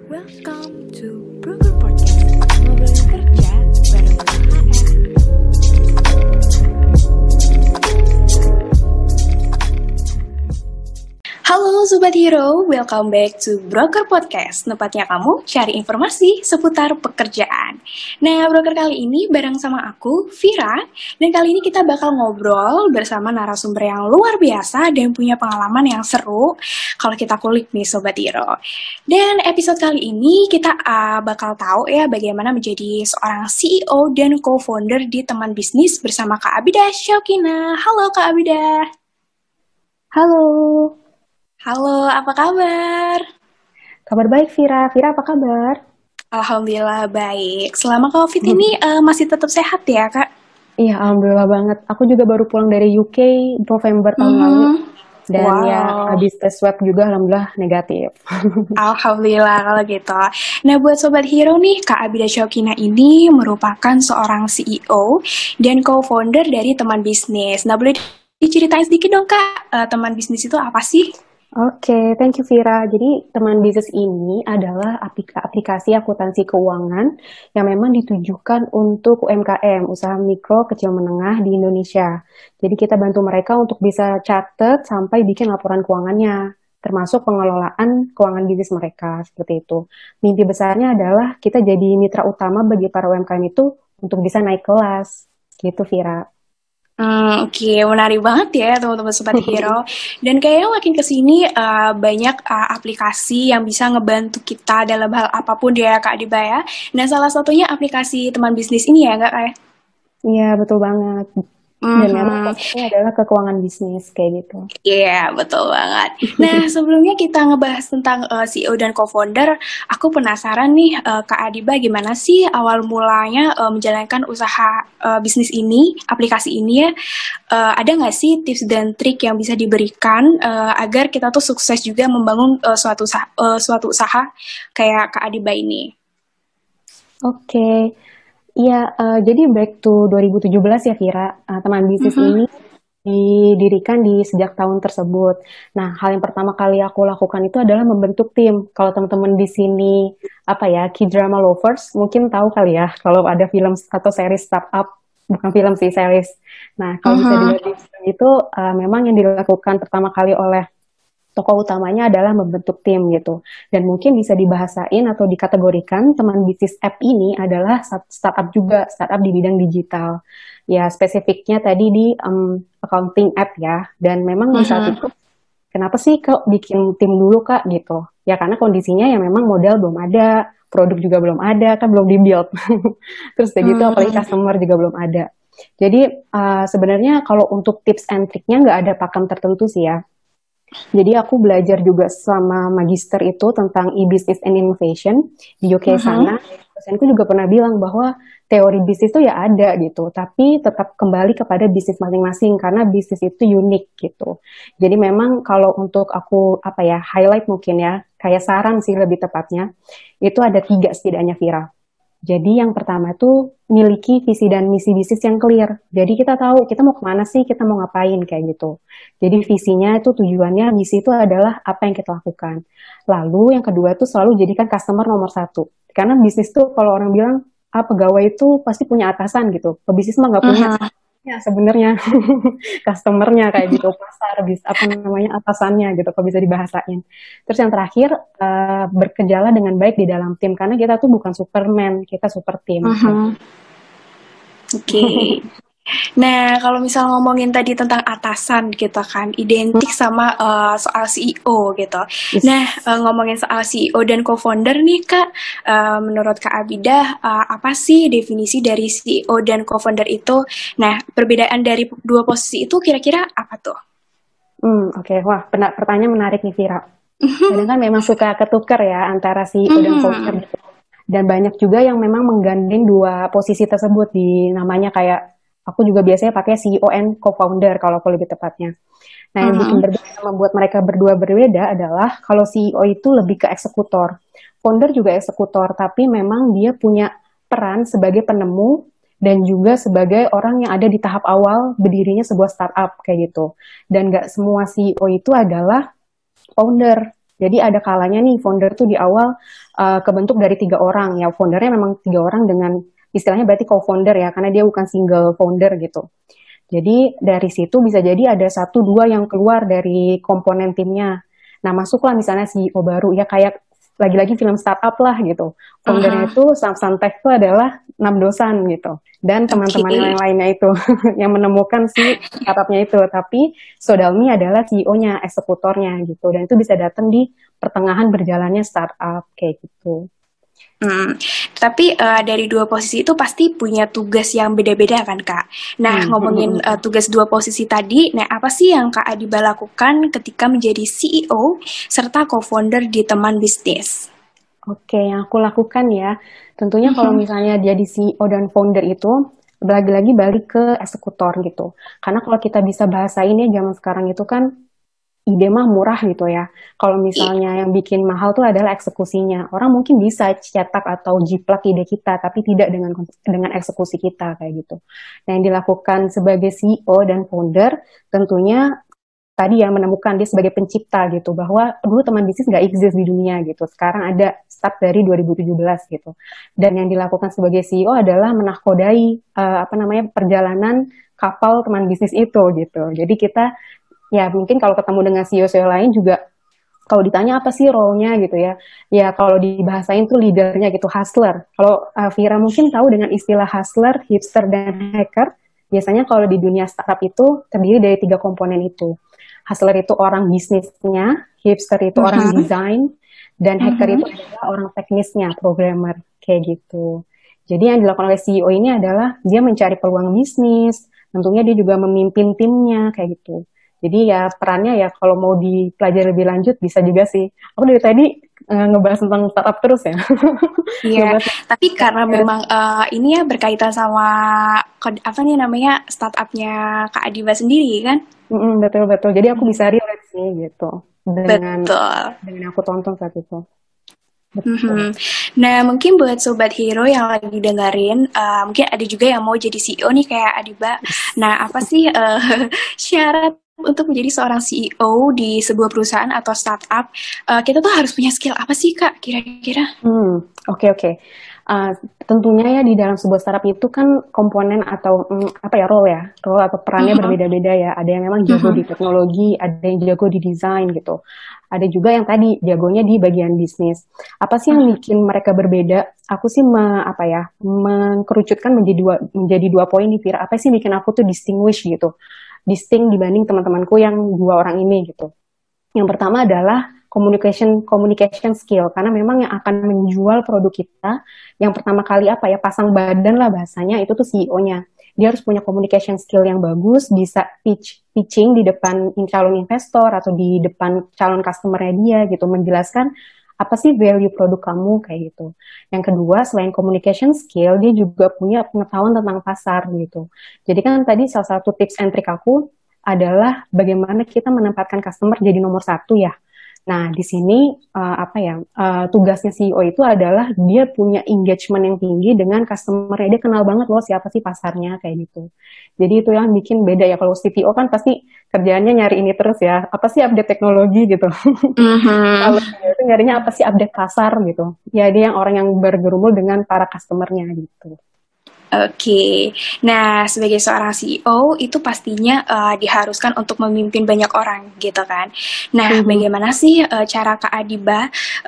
Welcome to Broker Podcast, ngobrolin kerja bareng HR. Halo Sobat Hero, welcome back to Broker Podcast. Tempatnya kamu cari informasi seputar pekerjaan. Nah, Broker kali ini bareng sama aku, Vira. Dan kali ini kita bakal ngobrol bersama narasumber yang luar biasa dan punya pengalaman yang seru kalau kita kulik nih Sobat Hero. Dan episode kali ini kita bakal tahu ya bagaimana menjadi seorang CEO dan co-founder di teman bisnis bersama Kak Abidah Syaukina. Halo Kak Abidah. Halo. Halo, apa kabar? Kabar baik, Vira. Vira, apa kabar? Alhamdulillah baik. Selama COVID ini masih tetap sehat ya, Kak? Iya, alhamdulillah banget. Aku juga baru pulang dari UK November tahun lalu. Dan ya, habis tes swab juga alhamdulillah negatif. Alhamdulillah kalau gitu. Nah, buat Sobat Hero nih, Kak Abidah Syaukina ini merupakan seorang CEO dan co-founder dari teman bisnis. Nah, boleh diceritain sedikit dong, Kak, teman bisnis itu apa sih? Oke, thank you Vira. Jadi teman bisnis ini adalah aplikasi akuntansi keuangan yang memang ditujukan untuk UMKM, usaha mikro, kecil, menengah di Indonesia. Jadi kita bantu mereka untuk bisa catat sampai bikin laporan keuangannya, termasuk pengelolaan keuangan bisnis mereka, seperti itu. Mimpi besarnya adalah kita jadi mitra utama bagi para UMKM itu untuk bisa naik kelas, gitu Vira. Oke, menarik banget ya teman-teman Sobat Hero. Dan kayaknya makin kesini banyak aplikasi yang bisa ngebantu kita dalam hal apapun ya Kak Diba ya. Nah, salah satunya aplikasi teman bisnis ini ya Kak? Iya, betul banget. Dan memang fokusnya adalah ke keuangan bisnis, kayak gitu. Iya, betul banget. Nah, sebelumnya kita ngebahas tentang CEO dan co-founder, aku penasaran nih, Kak Adiba, gimana sih awal mulanya menjalankan usaha bisnis ini, aplikasi ini ya? Ada nggak sih tips dan trik yang bisa diberikan agar kita tuh sukses juga membangun suatu usaha kayak Kak Adiba ini? Oke. Iya, jadi back to 2017 ya Vira, teman bisnis ini didirikan di sejak tahun tersebut. Nah, hal yang pertama kali aku lakukan itu adalah membentuk tim. Kalau teman-teman di sini, K-drama lovers, mungkin tahu kali ya, kalau ada film atau series startup, bukan film sih, series. Nah, kalau bisa dilihat di film itu, memang yang dilakukan pertama kali oleh tokoh utamanya adalah membentuk tim gitu. Dan mungkin bisa dibahasain atau dikategorikan teman bisnis app ini adalah startup juga, startup di bidang digital. Ya spesifiknya tadi di accounting app ya. Dan memang di saat itu, kenapa sih kok bikin tim dulu Kak gitu? Ya karena kondisinya ya memang modal belum ada, produk juga belum ada, kan belum di-build. Terus kayak gitu apalagi customer juga belum ada. Jadi sebenarnya kalau untuk tips and triknya nggak ada pakem tertentu sih ya. Jadi aku belajar juga selama magister itu tentang e-business and innovation di UK sana. Dosenku juga pernah bilang bahwa teori bisnis itu ya ada gitu, tapi tetap kembali kepada bisnis masing-masing karena bisnis itu unik gitu. Jadi memang kalau untuk aku highlight mungkin ya, kayak saran sih lebih tepatnya, itu ada 3 setidaknya Vira. Jadi yang pertama tuh miliki visi dan misi bisnis yang clear. Jadi kita tahu kita mau kemana sih, kita mau ngapain kayak gitu. Jadi visinya itu tujuannya, misi itu adalah apa yang kita lakukan. Lalu yang kedua tuh selalu jadikan customer nomor 1. Karena bisnis tuh kalau orang bilang pegawai itu pasti punya atasan gitu. Pebisnis mah nggak punya. Ya sebenarnya customernya kayak gitu, pasar atasannya gitu kalau bisa dibahasain. Terus yang terakhir berkejala dengan baik di dalam tim karena kita tuh bukan Superman, kita super tim. Oke. Nah, kalau misal ngomongin tadi tentang atasan gitu kan, identik sama soal CEO gitu. Nah, ngomongin soal CEO dan co-founder nih Kak, menurut Kak Abidah, apa sih definisi dari CEO dan co-founder itu? Nah, perbedaan dari dua posisi itu kira-kira apa tuh? Oke. Wah, pertanyaan menarik nih Vira. Kadang kan memang suka ketukar ya antara CEO dan co-founder gitu. Dan banyak juga yang memang menggandeng dua posisi tersebut di namanya kayak aku juga biasanya pakai CEO and co-founder kalau aku lebih tepatnya. Nah, yang bikin berbeda, membuat mereka berdua berbeda adalah kalau CEO itu lebih ke eksekutor. Founder juga eksekutor, tapi memang dia punya peran sebagai penemu dan juga sebagai orang yang ada di tahap awal berdirinya sebuah startup kayak gitu. Dan nggak semua CEO itu adalah founder. Jadi ada kalanya nih founder tuh di awal kebentuk dari 3 orang ya, foundernya memang 3 orang dengan istilahnya berarti co-founder ya, karena dia bukan single founder gitu. Jadi dari situ bisa jadi ada 1-2 yang keluar dari komponen timnya. Nah masuklah misalnya CEO baru ya, kayak lagi-lagi film startup lah gitu. Foundernya itu Samsantech itu adalah 6 dosan gitu. Dan teman-teman yang lainnya itu yang menemukan si startupnya itu. Tapi Sodalmi adalah CEO-nya, eksekutornya gitu. Dan itu bisa datang di pertengahan berjalannya startup kayak gitu. Tapi dari 2 posisi itu pasti punya tugas yang beda-beda kan Kak. Nah ngomongin tugas 2 posisi tadi, nah apa sih yang Kak Adiba lakukan ketika menjadi CEO serta co-founder di teman bisnis? Oke, yang aku lakukan ya, tentunya kalau misalnya jadi CEO dan founder itu, lagi-lagi balik ke eksekutor gitu. Karena kalau kita bisa bahasain ya zaman sekarang itu kan ide mah murah gitu ya. Kalau misalnya yang bikin mahal tuh adalah eksekusinya. Orang mungkin bisa cetak atau jiplak ide kita, tapi tidak dengan eksekusi kita kayak gitu. Nah, yang dilakukan sebagai CEO dan founder tentunya tadi ya menemukan dia sebagai pencipta gitu, bahwa dulu teman bisnis nggak exist di dunia gitu. Sekarang ada start dari 2017 gitu. Dan yang dilakukan sebagai CEO adalah menahkodai perjalanan kapal teman bisnis itu gitu. Jadi kita ya mungkin kalau ketemu dengan CEO-CEO lain juga kalau ditanya apa sih role-nya gitu ya. Ya kalau dibahasain tuh leadernya gitu, hustler. Kalau Vira mungkin tahu dengan istilah hustler, hipster, dan hacker. Biasanya kalau di dunia startup itu terdiri dari 3 komponen itu. Hustler itu orang bisnisnya, hipster itu orang desain, dan hacker itu adalah orang teknisnya, programmer, kayak gitu. Jadi yang dilakukan oleh CEO ini adalah dia mencari peluang bisnis, tentunya dia juga memimpin timnya, kayak gitu. Jadi ya perannya ya kalau mau dipelajari lebih lanjut bisa juga sih. Aku dari tadi ngebahas tentang startup terus ya. Iya, tapi karena memang ini ya berkaitan sama apa nih namanya startupnya Kak Adiba sendiri kan? Betul. Jadi aku bisa relate sih gitu dengan yang aku tonton saat itu. Nah, mungkin buat Sobat Hero yang lagi dengerin, mungkin ada juga yang mau jadi CEO nih kayak Adiba. Nah, apa sih syarat untuk menjadi seorang CEO di sebuah perusahaan atau startup? Kita tuh harus punya skill apa sih, Kak, kira-kira? Oke. Tentunya ya di dalam sebuah startup itu kan komponen atau role atau perannya berbeda-beda ya. Ada yang memang jago di teknologi, ada yang jago di desain gitu. Ada juga yang tadi jagonya di bagian bisnis. Apa sih yang bikin mereka berbeda? Aku sih mengkerucutkan menjadi dua poin di Vira. Apa sih bikin aku tuh distinguish gitu? Distinct dibanding teman-temanku yang 2 orang ini gitu. Yang pertama adalah communication skill, karena memang yang akan menjual produk kita yang pertama kali pasang badan lah bahasanya itu tuh CEO-nya. Dia harus punya communication skill yang bagus, bisa pitching di depan calon investor atau di depan calon customer-nya dia gitu, menjelaskan apa sih value produk kamu kayak gitu. Yang kedua, selain communication skill, dia juga punya pengetahuan tentang pasar gitu. Jadi kan tadi salah satu tips and trick aku adalah bagaimana kita menempatkan customer jadi nomor 1 ya. Nah, di sini tugasnya CEO itu adalah dia punya engagement yang tinggi dengan customer-nya. Dia kenal banget loh siapa sih pasarnya kayak gitu. Jadi itu yang bikin beda ya. Kalau CTO kan pasti kerjaannya nyari ini terus ya. Apa sih update teknologi gitu. Kalau itu nyarinya apa sih update pasar gitu. Ya dia yang orang yang bergerumul dengan para customer-nya gitu. Oke, nah sebagai seorang CEO itu pastinya diharuskan untuk memimpin banyak orang gitu kan. Nah bagaimana sih cara Kak Adiba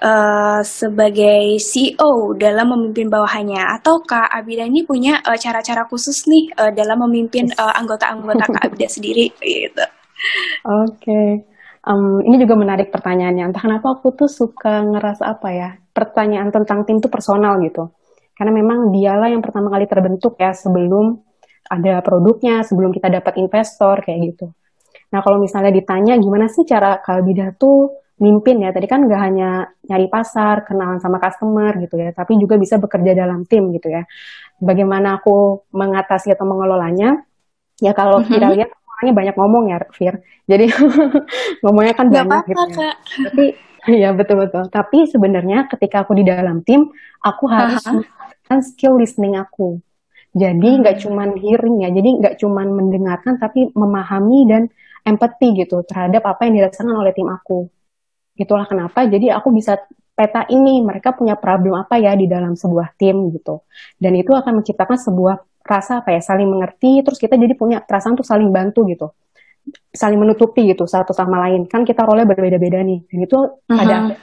sebagai CEO dalam memimpin bawahannya? Atau Kak Abida ini punya cara-cara khusus nih dalam memimpin anggota-anggota Kak Abida sendiri gitu? Oke. Ini juga menarik pertanyaannya. Entah kenapa aku tuh suka ngerasa pertanyaan tentang tim tuh personal gitu. Karena memang dialah yang pertama kali terbentuk ya sebelum ada produknya, sebelum kita dapat investor kayak gitu. Nah kalau misalnya ditanya gimana sih cara Kak Abida tuh mimpin ya, tadi kan nggak hanya nyari pasar, kenalan sama customer gitu ya, tapi juga bisa bekerja dalam tim gitu ya. Bagaimana aku mengatasi atau mengelolanya? Ya kalau kita lihat orangnya banyak ngomong ya, Fir. Jadi ngomongnya kan banyak gitu ya. Kak. Tapi ya betul. Tapi sebenarnya ketika aku di dalam tim, aku harus skill listening aku. Jadi nggak cuman hearing ya, jadi nggak cuman mendengarkan, tapi memahami dan empathy gitu terhadap apa yang dirasakan oleh tim aku. Itulah kenapa jadi aku bisa peta ini mereka punya problem apa ya di dalam sebuah tim gitu. Dan itu akan menciptakan sebuah rasa apa ya, saling mengerti, terus kita jadi punya perasaan untuk saling bantu gitu. Saling menutupi gitu satu sama lain. Kan kita role berbeda-beda nih. Dan itu ada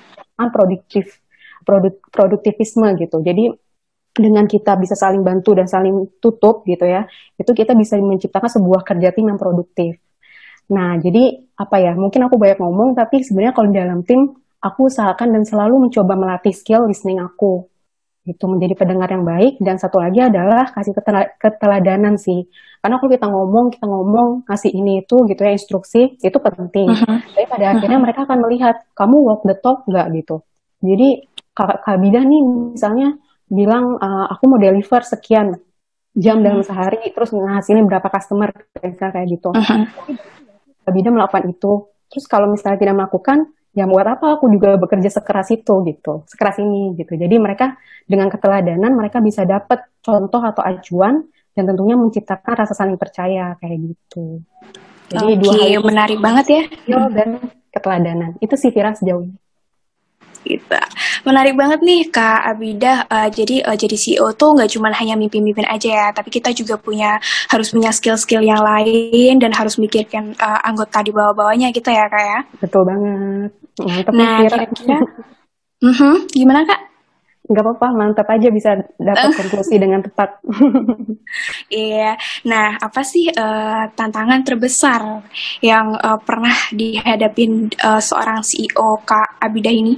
produktivisme gitu. Jadi dengan kita bisa saling bantu dan saling tutup gitu ya, itu kita bisa menciptakan sebuah kerja tim yang produktif. Nah, jadi apa ya? Mungkin aku banyak ngomong, tapi sebenarnya kalau di dalam tim, aku usahakan dan selalu mencoba melatih skill listening aku. Itu menjadi pendengar yang baik. Dan satu lagi adalah kasih keteladanan sih. Karena kalau kita ngomong, kasih ini itu gitu ya, instruksi, itu penting. Tapi pada akhirnya mereka akan melihat, kamu walk the talk nggak gitu. Jadi, Kak Bidah nih misalnya bilang, aku mau deliver sekian jam dalam sehari, terus ngasilin berapa customer, kayak gitu. Bida melakukan itu. Terus kalau misalnya tidak melakukan, ya buat apa aku juga bekerja sekeras itu gitu, sekeras ini gitu. Jadi mereka dengan keteladanan mereka bisa dapat contoh atau acuan dan tentunya menciptakan rasa saling percaya kayak gitu. Jadi dua hal itu menarik banget ya. Dan keteladanan itu sih Vira sejauh ini. Gitu. Menarik banget nih Kak Abidah. Jadi CEO tuh nggak cuma hanya mimpin-mimpin aja ya, tapi kita juga harus punya skill-skill yang lain dan harus mikirkan anggota di bawah-bawahnya gitu ya Kak ya. Betul banget. Mantap. Nah, kira-kira gimana Kak? Nggak apa-apa, mantap aja bisa dapat konklusi dengan tepat. Iya. Nah, apa sih tantangan terbesar yang pernah dihadapin seorang CEO Kak Abidah ini?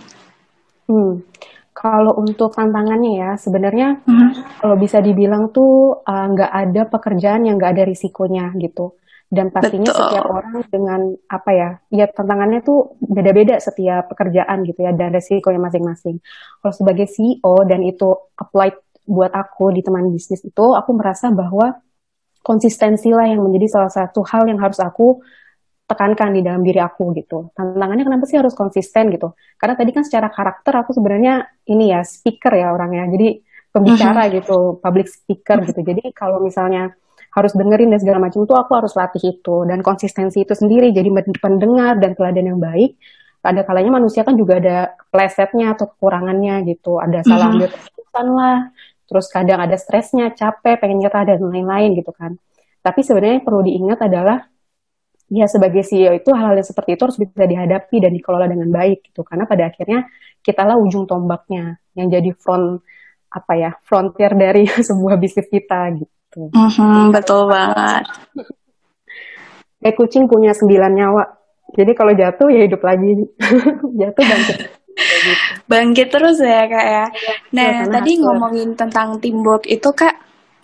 Kalau untuk tantangannya ya, sebenarnya kalau bisa dibilang tuh nggak ada pekerjaan yang nggak ada risikonya gitu. Dan pastinya setiap orang dengan apa ya tantangannya tuh beda-beda setiap pekerjaan gitu ya, dan risikonya masing-masing. Kalau sebagai CEO dan itu applied buat aku di teman bisnis itu, aku merasa bahwa konsistensi lah yang menjadi salah satu hal yang harus aku tekankan di dalam diri aku gitu. Tantangannya kenapa sih harus konsisten gitu? Karena tadi kan secara karakter aku sebenarnya ini ya speaker ya orangnya. Jadi pembicara gitu, public speaker gitu. Jadi kalau misalnya harus dengerin dan segala macam tuh aku harus latih itu. Dan konsistensi itu sendiri jadi pendengar dan teladan yang baik. Ada kalanya manusia kan juga ada plesetnya atau kekurangannya gitu. Ada salah ambil keputusan lah. Terus kadang ada stresnya, capek, pengen nyerah dan lain-lain gitu kan. Tapi sebenarnya yang perlu diingat adalah ya sebagai CEO itu hal-hal yang seperti itu harus bisa dihadapi dan dikelola dengan baik gitu, karena pada akhirnya kitalah ujung tombaknya yang jadi frontier dari sebuah bisnis kita gitu. Betul banget. Kayak kucing punya 9 nyawa, jadi kalau jatuh ya hidup lagi. Jatuh bangkit. Bangkit terus ya Kak ya. Nah tadi ngomongin tentang teamwork itu Kak.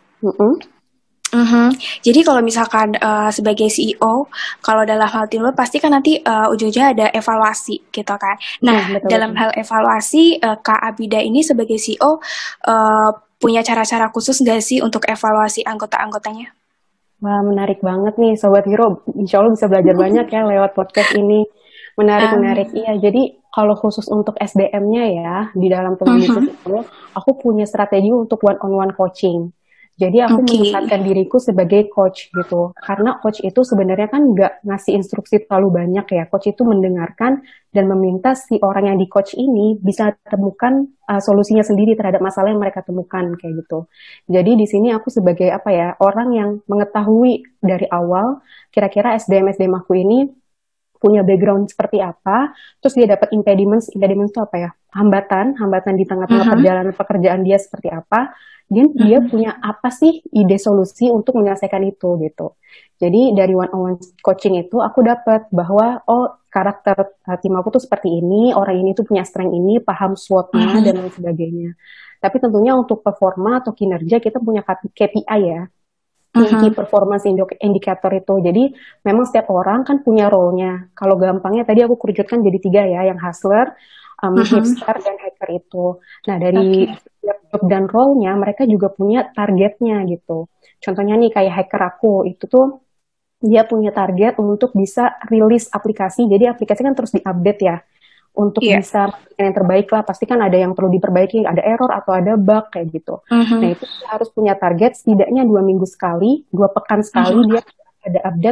Jadi kalau misalkan sebagai CEO, kalau dalam hal teamwork pasti kan nanti ujung-ujungnya ada evaluasi gitu kan. Nah, dalam hal evaluasi, Kak Abidah ini sebagai CEO punya cara-cara khusus nggak sih untuk evaluasi anggota-anggotanya? Wah, menarik banget nih Sobat Hero. Insya Allah bisa belajar banyak ya lewat podcast ini. Menarik. Iya, jadi kalau khusus untuk SDM-nya ya, di dalam teman bisnis itu, aku punya strategi untuk one-on-one coaching. Jadi aku menempatkan diriku sebagai coach gitu. Karena coach itu sebenarnya kan nggak ngasih instruksi terlalu banyak ya. Coach itu mendengarkan dan meminta si orang yang di coach ini bisa temukan solusinya sendiri terhadap masalah yang mereka temukan kayak gitu. Jadi di sini aku sebagai orang yang mengetahui dari awal kira-kira SDM aku ini punya background seperti apa, terus dia dapat impediments itu apa ya? Hambatan di tengah-tengah perjalanan pekerjaan dia seperti apa, dan dia punya apa sih ide solusi untuk menyelesaikan itu gitu. Jadi dari one-on-one coaching itu aku dapat bahwa karakter tim aku tuh seperti ini, orang ini tuh punya strength ini, paham SWOT-nya dan lain sebagainya. Tapi tentunya untuk performa atau kinerja kita punya KPI ya. Key performance indicator itu. Jadi memang setiap orang kan punya role-nya. Kalau gampangnya tadi aku kerucutkan jadi 3 ya, yang hustler, hipster, dan hacker itu. Nah dari job dan role-nya mereka juga punya targetnya gitu. Contohnya nih kayak hacker aku itu tuh dia punya target untuk bisa rilis aplikasi. Jadi aplikasi kan terus diupdate ya. Untuk bisa yang terbaik lah, pasti kan ada yang perlu diperbaiki, ada error atau ada bug kayak gitu. Nah itu harus punya target setidaknya 2 minggu sekali, 2 pekan sekali dia ada update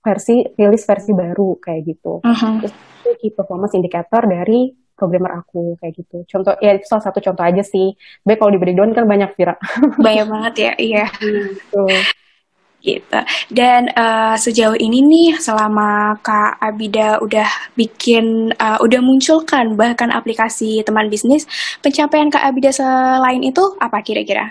rilis versi baru kayak gitu. Mhm. Terus itu key performance indicator dari programmer aku kayak gitu. Contoh ya itu salah satu contoh aja sih. Baik kalau di breakdown kan banyak Vira. Banyak banget ya, iya. Tuh. Gitu. Dan sejauh ini nih, selama Kak Abida udah udah munculkan bahkan aplikasi teman bisnis, pencapaian Kak Abida selain itu apa kira-kira?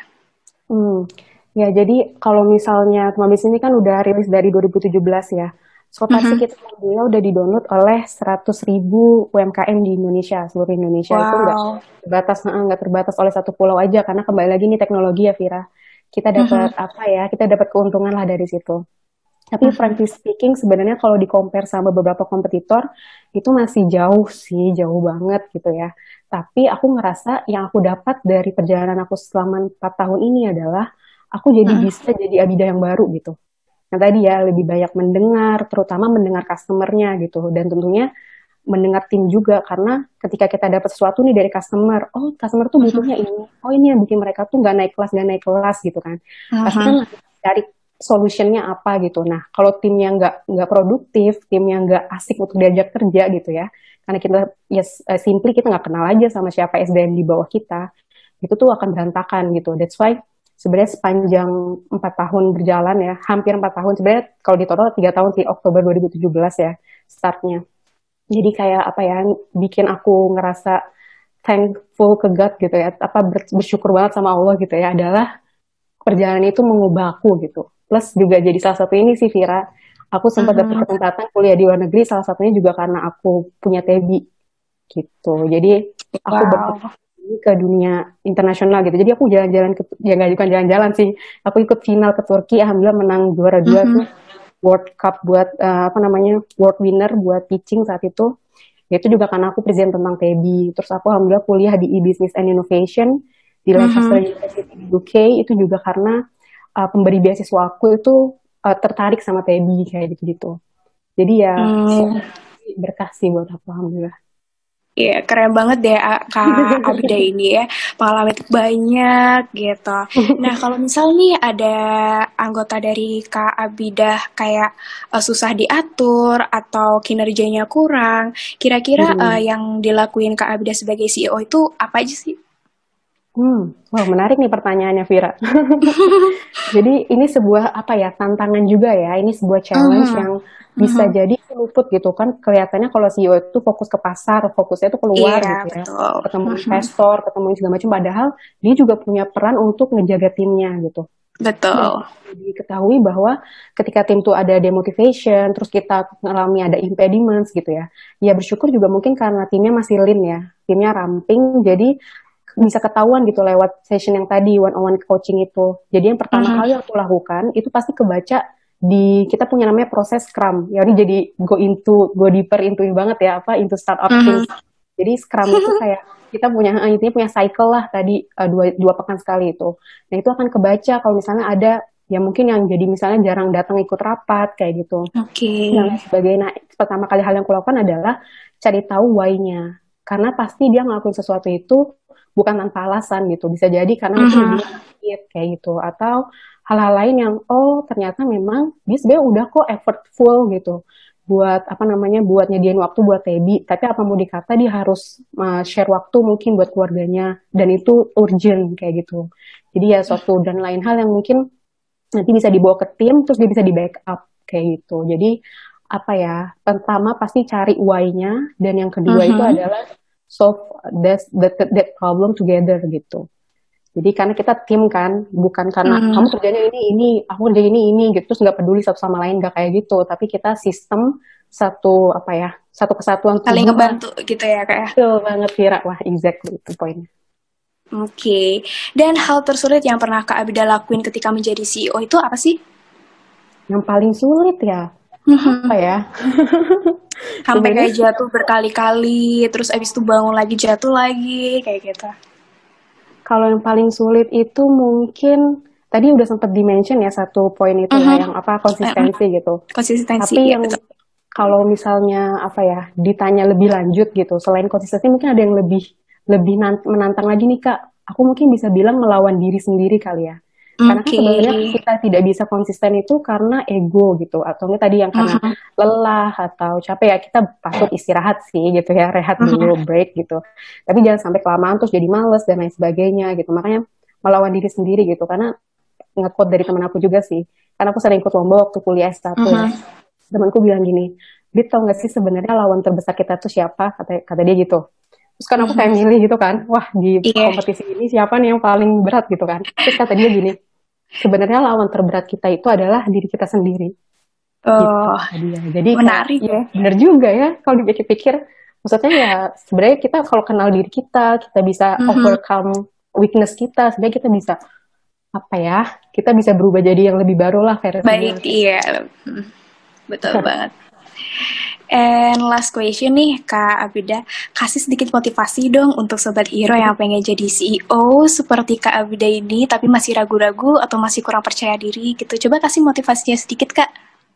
Ya jadi kalau misalnya teman bisnis ini kan udah rilis dari 2017 ya. So far sih Mhm. kita alhamdulillah udah di-download oleh 100.000 UMKM di Indonesia, seluruh Indonesia. Itu Wow. nggak terbatas oleh satu pulau aja, karena kembali lagi nih teknologi ya Vira. Kita dapat Mhm. apa ya, kita dapat keuntungan lah dari situ. Tapi Mhm. frankly speaking sebenarnya kalau di-compare sama beberapa kompetitor, itu masih jauh sih, jauh banget gitu ya. Tapi aku ngerasa yang aku dapat dari perjalanan aku selama 4 tahun ini adalah aku jadi Mhm. bisa jadi Abida yang baru gitu. Yang tadi ya lebih banyak mendengar, terutama mendengar customernya gitu. Dan tentunya mendengar tim juga, karena ketika kita dapat sesuatu nih dari customer, oh customer tuh butuhnya Mhm. ini, oh ini yang bikin mereka tuh nggak naik kelas gitu kan. Pasti Mhm. kan cari solutionnya apa gitu. Nah kalau timnya nggak produktif, timnya nggak asik untuk diajak kerja gitu ya, karena kita ya simply kita nggak kenal aja sama siapa SDM di bawah kita, itu tuh akan berantakan gitu. That's why sebenarnya sepanjang 4 tahun berjalan ya, hampir 4 tahun sebenarnya, kalau di total 3 tahun sih, Oktober 2017 ya startnya. Jadi kayak apa ya, bikin aku ngerasa thankful ke God gitu ya, apa bersyukur banget sama Allah gitu ya, adalah perjalanan itu mengubah aku gitu. Plus juga jadi salah satu ini sih Vira, aku sempat dapat Mhm. kesempatan kuliah di luar negeri, salah satunya juga karena aku punya TEBI gitu. Jadi aku Wow. berpergian ke dunia internasional gitu. Jadi aku jalan-jalan ke, ya nggak bukan jalan-jalan sih, aku ikut final ke Turki, alhamdulillah menang juara 2 tuh, Mhm. World Cup buat apa namanya, World Winner buat pitching saat itu. Ya, itu juga karena aku present tentang TEBI. Terus aku alhamdulillah kuliah di E-Business and Innovation di Lancaster Mhm. University di UK. Itu juga karena pemberi beasiswa aku itu tertarik sama TEBI kayak gitu-gitu. Jadi ya Hmm. berkah sih buat aku alhamdulillah. Iya, keren banget deh Kak Abida ini ya. Pengalaman banyak gitu. Nah, kalau misal nih ada anggota dari Kak Abida kayak susah diatur atau kinerjanya kurang, kira-kira Hmm. yang dilakuin Kak Abida sebagai CEO itu apa aja sih? Wah menarik nih pertanyaannya Vira. Jadi ini sebuah apa ya, tantangan juga ya. Ini sebuah challenge Mhm. yang bisa Mhm. jadi luput gitu kan. Kelihatannya kalau CEO itu fokus ke pasar, fokusnya itu keluar Iya, gitu ya. betul. Ketemu Mhm. investor, ketemu segala macam. Padahal dia juga punya peran untuk ngejaga timnya gitu. Dan Betul. diketahui bahwa ketika tim tuh ada demotivation, terus kita ngalami ada impediments gitu ya. Ya bersyukur juga mungkin karena timnya masih lean ya. Timnya ramping, jadi bisa ketahuan gitu lewat session yang tadi one on one coaching itu. Jadi yang pertama Mhm. kali aku lakukan itu pasti kebaca di kita punya namanya proses Scrum. Ya ini jadi go deeper into banget ya, apa into startup Mhm. things. Jadi Scrum itu kayak kita punya intinya punya cycle lah tadi, dua pekan sekali itu. Nah itu akan kebaca kalau misalnya ada ya mungkin yang jadi misalnya jarang datang ikut rapat kayak gitu Oke. dan lain sebagainya. Nah, pertama kali hal yang kulakukan adalah cari tahu why-nya. Karena pasti dia ngelakuin sesuatu itu bukan tanpa alasan gitu. Bisa jadi karena mungkin Mhm. ibunya sakit kayak gitu. Atau hal-hal lain yang, oh ternyata memang dia sebenarnya udah kok effortful gitu. Buat apa namanya, buat nyediain waktu buat Tebi. Tapi apa mau dikata dia harus share waktu mungkin buat keluarganya. Dan itu urgent kayak gitu. Jadi ya suatu dan lain hal yang mungkin nanti bisa dibawa ke tim, terus dia bisa di backup kayak gitu. Jadi apa ya, pertama pasti cari why-nya, dan yang kedua itu Mhm. adalah solve that problem together gitu. Jadi karena kita tim kan, bukan karena kamu Mhm. kerjanya ini, aku kerja ini gitu, terus nggak peduli satu sama lain, nggak kayak gitu. Tapi kita sistem satu apa ya, satu kesatuan Saling tubuh lah. ngebantu gitu ya, Kak ya? Betul banget Vira, wah exactly itu poinnya. Oke. Dan hal tersulit yang pernah Kak Abida lakuin ketika menjadi CEO itu apa sih? Yang paling sulit ya, apa Mhm. ya? Sampai Sebenarnya kayak jatuh berkali-kali, terus abis itu bangun lagi jatuh lagi, kayak gitu. kalau yang paling sulit itu mungkin tadi udah sempat dimention ya satu poin itu ya, Mhm. yang apa Mhm. konsistensi gitu. Konsistensi, Tapi ya yang betul. kalau misalnya apa ya ditanya lebih lanjut gitu, selain konsistensi mungkin ada yang lebih lebih menantang lagi nih Kak. Aku mungkin bisa bilang melawan diri sendiri kali ya. Karena kan sebenarnya kita tidak bisa konsisten itu karena ego gitu, atau enggak tadi yang karena lelah atau capek ya, kita patut istirahat sih gitu ya, rehat dulu, break gitu. Tapi jangan sampai kelamaan terus jadi males dan lain sebagainya gitu. Makanya melawan diri sendiri gitu, karena nge-quote dari teman aku juga sih, karena aku sering ikut lomba waktu kuliah S1 ya. Temanku bilang gini, Dit, tau gak sih sebenarnya lawan terbesar kita tuh siapa? Kata dia gitu. Terus kan aku kayak milih gitu kan, wah di kompetisi ini siapa nih yang paling berat gitu kan. Terus kata dia gini, sebenarnya lawan terberat kita itu adalah diri kita sendiri. Gitu. Jadi menarik. Ya benar juga ya kalau dipikir-pikir. Maksudnya ya sebenarnya kita kalau kenal diri kita bisa overcome weakness kita, sebenarnya kita bisa kita bisa berubah jadi yang lebih baru lah versinya. Baik, iya. Betul banget. And last question nih Kak Abida, kasih sedikit motivasi dong untuk Sobat Hero yang pengen jadi CEO seperti Kak Abida ini tapi masih ragu-ragu atau masih kurang percaya diri gitu. Coba kasih motivasinya sedikit Kak.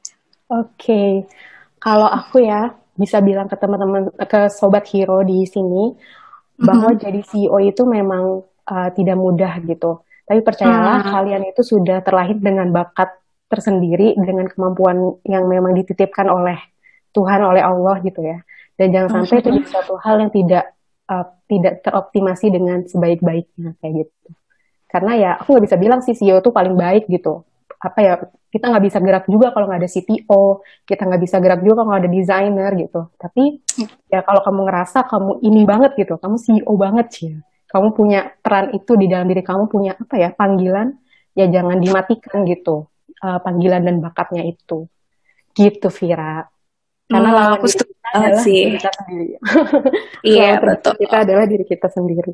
Oke. Kalau aku ya bisa bilang ke teman-teman, ke Sobat Hero di sini bahwa jadi CEO itu memang tidak mudah gitu. Tapi percayalah kalian itu sudah terlahir dengan bakat tersendiri, dengan kemampuan yang memang dititipkan oleh Tuhan, oleh Allah gitu ya. Dan jangan sampai itu jadi suatu hal yang tidak teroptimasi dengan sebaik-baiknya kayak gitu. Karena ya aku nggak bisa bilang sih CEO itu paling baik gitu. Kita nggak bisa gerak juga kalau nggak ada CTO, kita nggak bisa gerak juga kalau nggak ada desainer gitu. Tapi ya kalau kamu ngerasa kamu ini banget gitu, kamu CEO banget sih. Kamu punya peran itu di dalam diri kamu, punya panggilan, ya jangan dimatikan gitu. Panggilan dan bakatnya itu. Gitu Vira. Karena lawan diri kita adalah diri kita sendiri. Iya, betul. Kita adalah diri kita sendiri.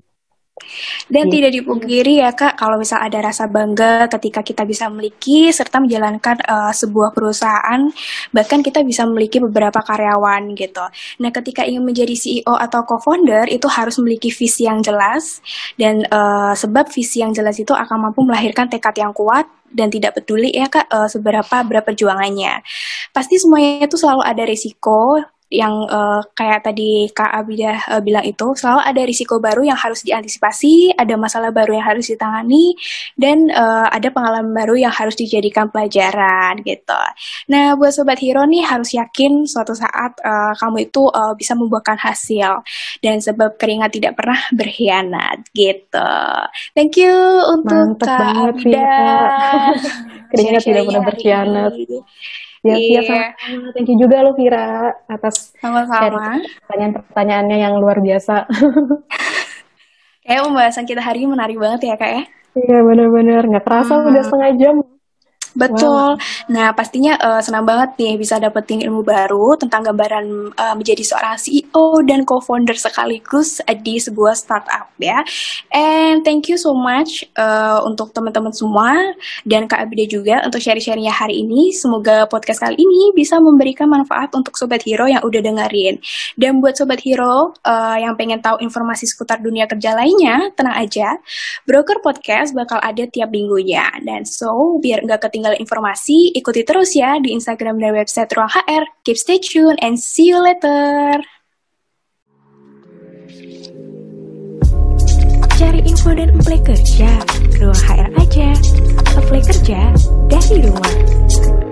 Dan tidak dipungkiri ya Kak, kalau misal ada rasa bangga ketika kita bisa memiliki serta menjalankan sebuah perusahaan, bahkan kita bisa memiliki beberapa karyawan gitu. Nah ketika ingin menjadi CEO atau co-founder itu harus memiliki visi yang jelas, dan sebab visi yang jelas itu akan mampu melahirkan tekad yang kuat dan tidak peduli ya Kak seberapa berat perjuangannya. Pasti semuanya itu selalu ada risiko yang kayak tadi Kak Abida bilang itu, selalu ada risiko baru yang harus diantisipasi, ada masalah baru yang harus ditangani, dan ada pengalaman baru yang harus dijadikan pelajaran gitu. Nah buat Sobat Hero nih harus yakin suatu saat kamu itu bisa membuahkan hasil, dan sebab keringat tidak pernah berkhianat gitu. Thank you untuk Mantap Kak banget, Abida. Keringat tidak pernah berkhianat. Ya, sama-sama. Thank you juga lo Vira atas pertanyaan-pertanyaannya yang luar biasa. Kayak pembahasan kita hari ini menarik banget ya Kak ya. Iya benar-benar, nggak kerasa udah setengah jam. Betul. Wow. Nah, pastinya senang banget nih bisa dapetin ilmu baru tentang gambaran menjadi seorang CEO dan co-founder sekaligus di sebuah startup ya. And thank you so much untuk teman-teman semua dan Kak Abida juga untuk share-sharingnya hari ini. Semoga podcast kali ini bisa memberikan manfaat untuk Sobat Hero yang udah dengerin. Dan buat Sobat Hero yang pengen tahu informasi seputar dunia kerja lainnya, tenang aja. Broker Podcast bakal ada tiap minggunya. Dan so, biar nggak ketinggalan informasi, ikuti terus ya di Instagram dan website Ruang HR. Keep stay tuned and see you later. Cari info dan apply kerja, Ruang HR aja. Apply kerja dari rumah.